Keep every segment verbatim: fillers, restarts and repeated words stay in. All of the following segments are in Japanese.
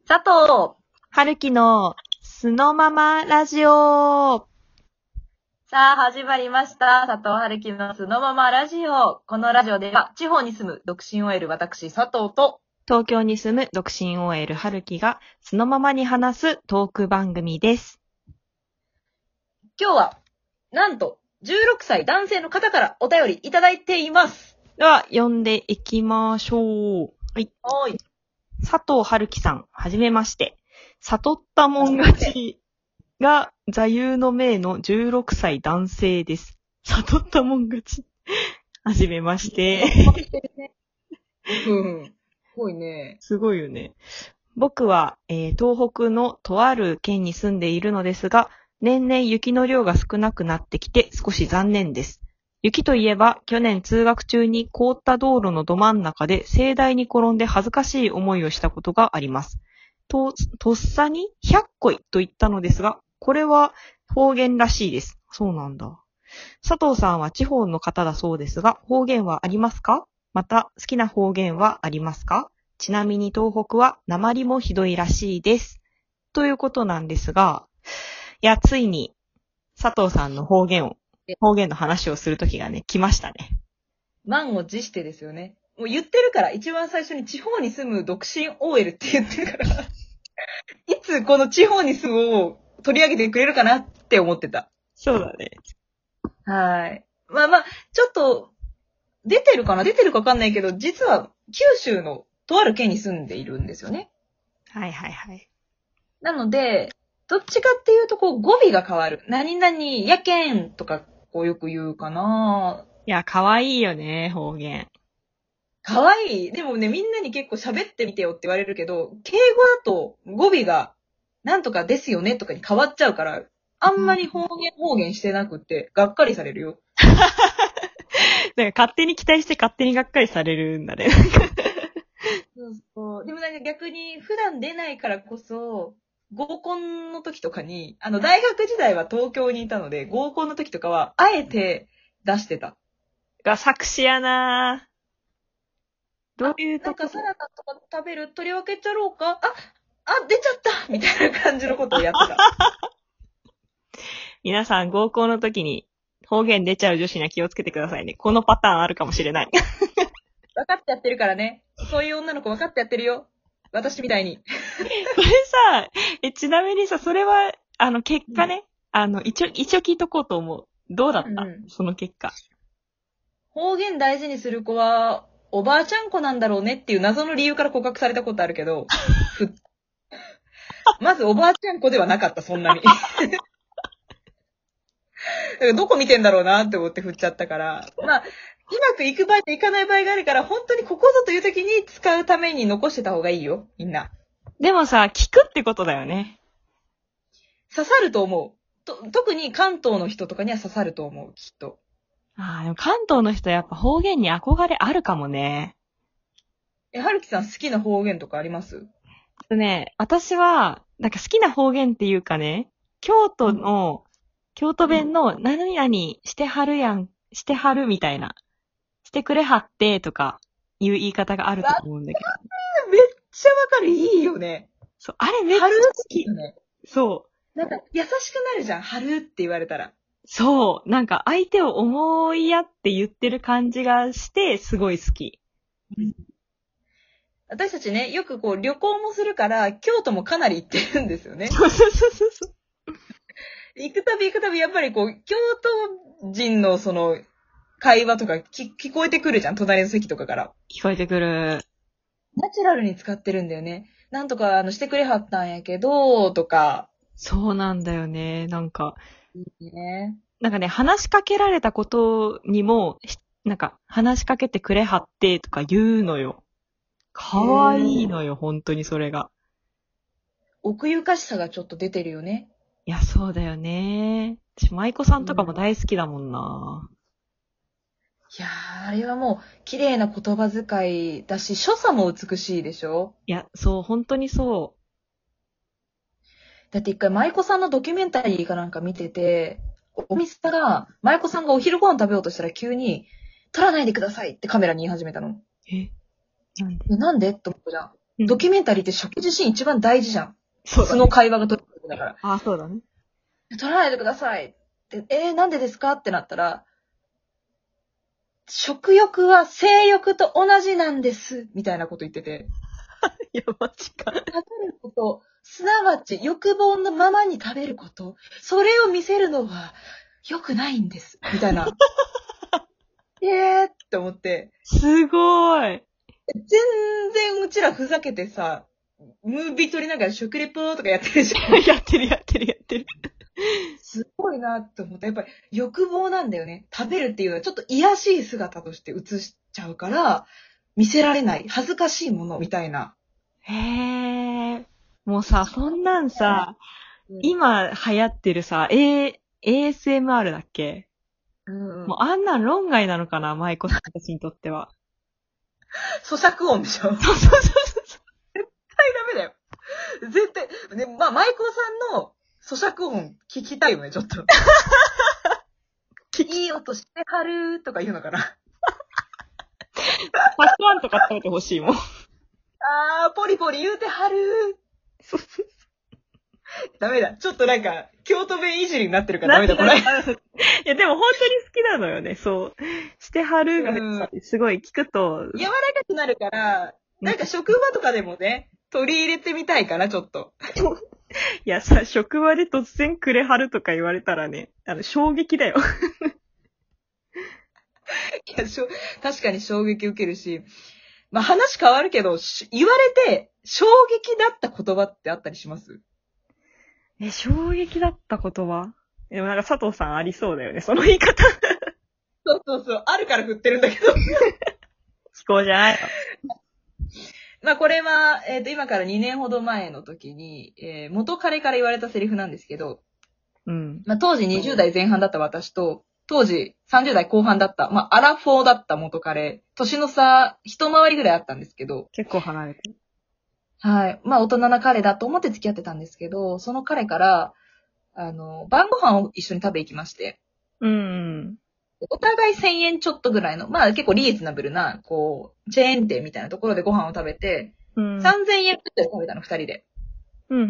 佐藤春樹の素のままラジオ。 さあ、始まりました。佐藤春樹の素のままラジオ。このラジオでは、地方に住む独身 オーエル 私、佐藤と、 東京に住む独身 オーエル 春樹が素のままに話すトーク番組です。 今日は、なんと、じゅうろくさい男性の方からお便りいただいています。 では、読んでいきましょう。はい。 おーい。 佐藤春樹さん、はじめまして。悟ったもん勝ちが座右の銘のじゅうろくさい男性です。悟ったもん勝ち。はじめまして。 うん。すごいね。 すごいよね。僕は、えー東北のとある県に住んでいるのですが、年々雪の量が少なくなってきて少し残念です。雪といえば、去年通学中に凍った道路のど真ん中で盛大に転んで恥ずかしい思いをしたことがあります。と、とっさにひゃっこいと言ったのですが、これは方言らしいです。そうなんだ。佐藤さんは地方の方だそうですが、方言はありますか？また、好きな方言はありますか？ちなみに東北は訛りもひどいらしいです。ということなんですが、いや、ついに佐藤さんの方言を、方言の話をするときがね、来ましたね。 満を持してですよね。もう言ってるから、一番最初に地方に住む独身 オーエル って言ってるから、いつこの地方に住むを取り上げてくれるかなって思ってた。 そうだね。 はい。まあまあ、ちょっと、出てるかな出てるかわかんないけど、実は九州のとある県に住んでいるんですよね。 はいはいはい。 なので、どっちかっていうと、こう、語尾が変わる。何々、やけんとか、こうよく言うかな。 いや、かわいいよね、方言。 かわいい。でもね、みんなに結構喋ってみてよって言われるけど、敬語だと語尾が、なんとかですよねとかに変わっちゃうから、あんまり方言方言してなくって、がっかりされるよ。 なんか勝手に期待して勝手にがっかりされるんだね。 そうそう。でもなんか逆に普段出ないからこそ、合コンの時とかに、あの大学時代は東京にいたので、合コンの時とかは、あえて出してた。 が、作詞やなぁ。どういうなんとこかサラダとか食べる取り分けちゃろうかあ、あ、出ちゃったみたいな感じのことをやってた。 皆さん合コンの時に方言出ちゃう女子には気をつけてくださいね。このパターンあるかもしれない。 分かってやってるからね。そういう女の子分かってやってるよ。私みたいに。 それさ、え、ちなみにさ、それは、あの、結果ね、あの、一応、一応聞いとこうと思う。どうだった、 うんうんその結果。 方言大事にする子は、おばあちゃん子なんだろうねっていう謎の理由から告白されたことあるけど、ふまずおばあちゃん子ではなかった、そんなに。だからどこ見てんだろうなって思って振っちゃったから。まあ、うまくいく場合といかない場合があるから、本当にここぞという時に使うために残してた方がいいよ、みんな。 でもさ、聞くってことだよね。 刺さると思う。と特に関東の人とかには刺さると思う、きっと。 ああ、でも関東の人やっぱ方言に憧れあるかもね。 え、はるきさん好きな方言とかあります？ とね、私は、なんか好きな方言っていうかね、京都の、京都弁の何々してはるやん、してはるみたいな、してくれはってとかいう言い方があると思うんだけど。 めっちゃわかる、いいよね。 そう、あれめっちゃ春好き。 好きよね。 そう。 なんか優しくなるじゃん、春って言われたら。 そう。なんか相手を思いやって言ってる感じがして、すごい好き。 私たちね、よくこう旅行もするから、京都もかなり行ってるんですよね。 そうそうそうそう。 行くたび行くたび、やっぱりこう、京都人のその、会話とか聞聞こえてくるじゃん、隣の席とかから。 聞こえてくる。 ナチュラルに使ってるんだよね。なんとか、あの、してくれはったんやけど、とか。 そうなんだよね。なんか、 いいね。 なんかね、話しかけられたことにも、ひなんか、話しかけてくれはってとか言うのよ。かわいいのよ、本当にそれが。 奥ゆかしさがちょっと出てるよね。 いや、そうだよね。私、舞妓さんとかも大好きだもんな。 いやー、あれはもう、綺麗な言葉遣いだし、所作も美しいでしょ？ いや、そう、本当にそだって一回、舞妓さんのドキュメンタリーかなんか見てて、お店が、舞妓さんがお昼ご飯食べようとしたら急に、撮らないでくださいってカメラに言い始めたの。 う。え、なんで？ えなんでって思うじゃん。 ドキュメンタリーって食事シーン一番大事じゃん。 そうだね素の会話が取れるだから。 あ、そうだね。 取らないでくださいって、えー、なんでですかってなったら、食欲は性欲と同じなんです。みたいなこと言ってて。 いや、マジか。 食べること、すなわち欲望のままに食べること、それを見せるのは良くないんです。みたいな。えーって思って。 すごい。 全然うちらふざけてさ、ムービー撮りながら食レポとかやってるじゃん。 やってるやってるやってる。 すごいなって思った。やっぱり欲望なんだよね。食べるっていうのはちょっと癒やしい姿として映しちゃうから、見せられない。恥ずかしいものみたいな。 へー。もうさ、そんなんさ、今流行ってるさ、A、エーエスエムアール だっけ、 うんうん、 もうあんなん論外なのかな、舞子さんたちにとっては。 咀嚼音でしょ。 そうそうそうそう。 絶対ダメだよ。絶対。ね、まあ、舞妓さんの咀嚼音聞きたいよね、ちょっと。いい音してはるとか言うのかな。 パスワンとか食べてほしいもん。 あー、ポリポリ言うてはるそうそうダメだ。ちょっとなんか、京都弁いじりになってるからダメだ、これ。 いや、でも本当に好きなのよね、そう。してはるが、すごい聞くと。 柔らかくなるから、なんか職場とかでもね、取り入れてみたいかな、ちょっと。 いやさ、職場で突然くれはるとか言われたらね、あの、衝撃だよ。 いやしょ、確かに衝撃受けるし、まあ話変わるけど、言われて衝撃だった言葉ってあったりします？ え、衝撃だった言葉？でもなんか佐藤さんありそうだよね、その言い方。 そうそうそう、あるから振ってるんだけど。 気候じゃないの。 まあこれは、えっと、今からにねんほど前の時に、えー、元彼から言われたセリフなんですけど、 うん。 まあ当時にじゅう代前半だった私と、当時さんじゅう代後半だった、まあアラフォーだった元彼、年の差一回りぐらいあったんですけど、 結構離れてる。 はい。まあ大人な彼だと思って付き合ってたんですけど、その彼から、あの、晩ご飯を一緒に食べ行きまして、 うん。 お互いせんえんちょっとぐらいの、まあ結構リーズナブルな、こう、チェーン店みたいなところでご飯を食べて、 うん。 さんぜんえんで食べたの、二人で。 うん、うん、うん。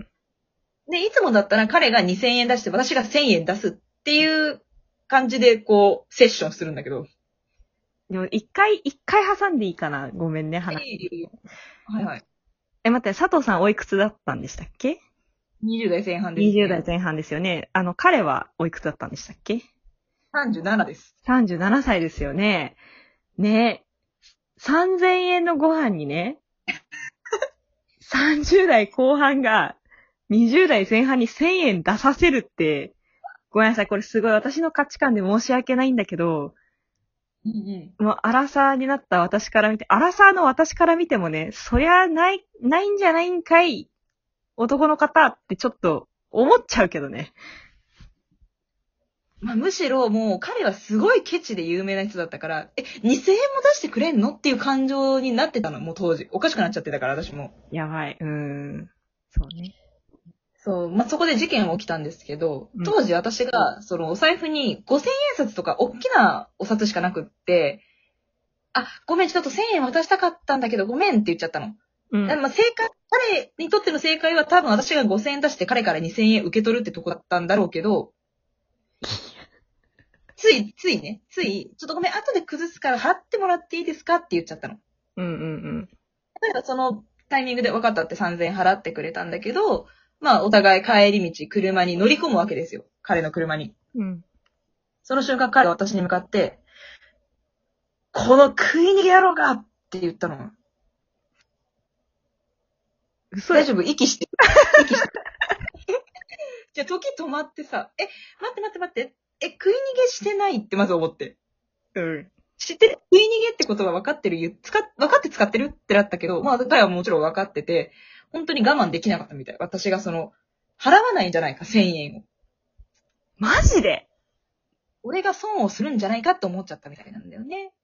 で、いつもだったら彼がにせんえん出して私がせんえん出すっていう感じで、こう、セッションするんだけど。 でも、一回、一回挟んでいいかな、ごめんね、話。 はいはい。 え、待って、佐藤さんおいくつだったんでしたっけ？ にじゅう代前半です、ね。 にじゅう代前半ですよね。あの、彼はおいくつだったんでしたっけ？ さんじゅうななです。 さんじゅうななさいですよね。ねえ。さんぜんえんのご飯にね、さんじゅう代後半がにじゅう代前半にせんえん出させるって、ごめんなさい、これすごい私の価値観で申し訳ないんだけど、 うんうん。 もうアラサーになった私から見て、アラサーの私から見てもね、そりゃない、ないんじゃないんかい、男の方ってちょっと思っちゃうけどね。 まあ、むしろもう彼はすごいケチで有名な人だったから、え、にせんえんも出してくれんのっていう感情になってたの、もう当時。おかしくなっちゃってたから、私も。 やばい。うーん。そうね。 そう、まあ、そこで事件起きたんですけど、 うん当時私が、そのお財布にごせんえん札とか大きなお札しかなくって、あ、ごめん、ちょっとせんえん渡したかったんだけど、ごめんって言っちゃったの。 うん。 まあ、正解、彼にとっての正解は多分私がごせんえん出して彼からにせんえん受け取るってとこだったんだろうけど、つい、ついね、つい、ちょっとごめん、後で崩すから払ってもらっていいですかって言っちゃったの。 うんうんうん。 例えばそのタイミングで分かったってさんぜんえん払ってくれたんだけど、まあお互い帰り道、車に乗り込むわけですよ。彼の車に。 うん。 その瞬間彼は私に向かって、この食い逃げ野郎がって言ったの。 嘘大丈夫息して。息して。じゃあ時止まってさ、え、待って待って待って。え、食い逃げしてないってまず思って。 うん。 知ってる？食い逃げってことは分かってる言う、使っ、分かって使ってるってなったけど、まあ彼はもちろん分かってて、本当に我慢できなかったみたい。私がその、払わないんじゃないか、せんえんを。 マジで？ 俺が損をするんじゃないかって思っちゃったみたいなんだよね。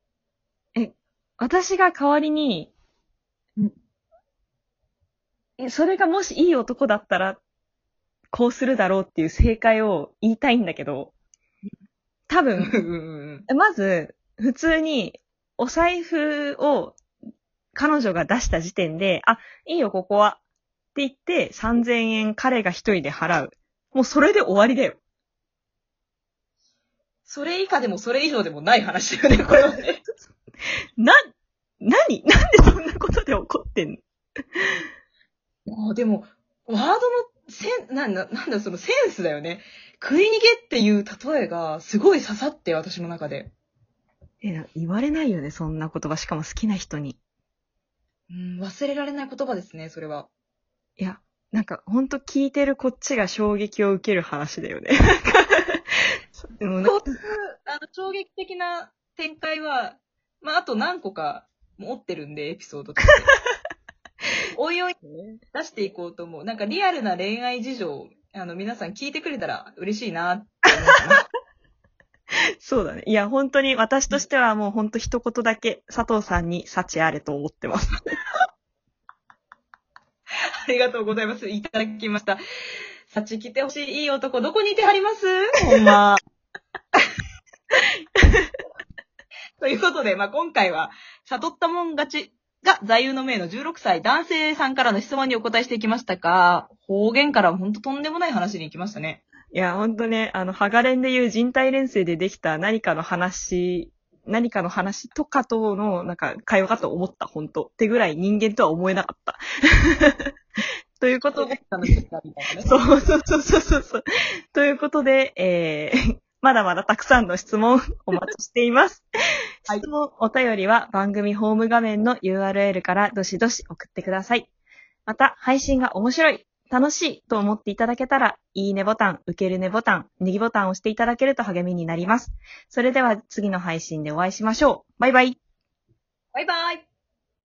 私が代わりに、 うんえ、それがもしいい男だったら、こうするだろうっていう正解を言いたいんだけど、多分、 うんうんまず、普通に、お財布を彼女が出した時点で、あ、いいよ、ここは。って言って、さんぜんえん彼が一人で払う。もうそれで終わりだよ。 それ以下でもそれ以上でもない話だよね、これはね。 な、なになんでそんなことで怒ってんの？ ああ、でも、ワードのセン、なんだ、なんだ、そのセンスだよね。食い逃げっていう例えがすごい刺さって、私の中で。 え、言われないよね、そんな言葉。しかも好きな人に。 うん、忘れられない言葉ですね、それは。 いや、なんか、ほんと聞いてるこっちが衝撃を受ける話だよね。でも交通、あの、衝撃的な展開は、まあ、あと何個か持ってるんで、エピソードとして。おいおい出していこうと思う。なんかリアルな恋愛事情、あの、皆さん聞いてくれたら嬉しいなって思うかな。 そうだね。いや、本当に私としてはもう本当一言だけ佐藤さんに幸あれと思ってます。 ありがとうございます。いただきました。幸来てほしいいい男、どこにいてはりますほんま。ということで、まあ、今回は、悟ったもん勝ちが座右の銘のじゅうろくさい男性さんからの質問にお答えしていきましたが、方言からほんととんでもない話に行きましたね。 いや、ほんとね、あの、ハガレンでいう人体錬成でできた何かの話、何かの話とかとの、なんか、会話かと思った、ほんと。ってぐらい人間とは思えなかった。ということで、そうそうそうそうそう。ということで、えー、まだまだたくさんの質問お待ちしています。 はい、 質問、お便りは番組ホーム画面の ユーアールエル からどしどし送ってください。また、配信が面白い、楽しいと思っていただけたら、いいねボタン、受けるねボタン、ネギボタンを押していただけると励みになります。それでは次の配信でお会いしましょう。バイバイ。 バイバイ。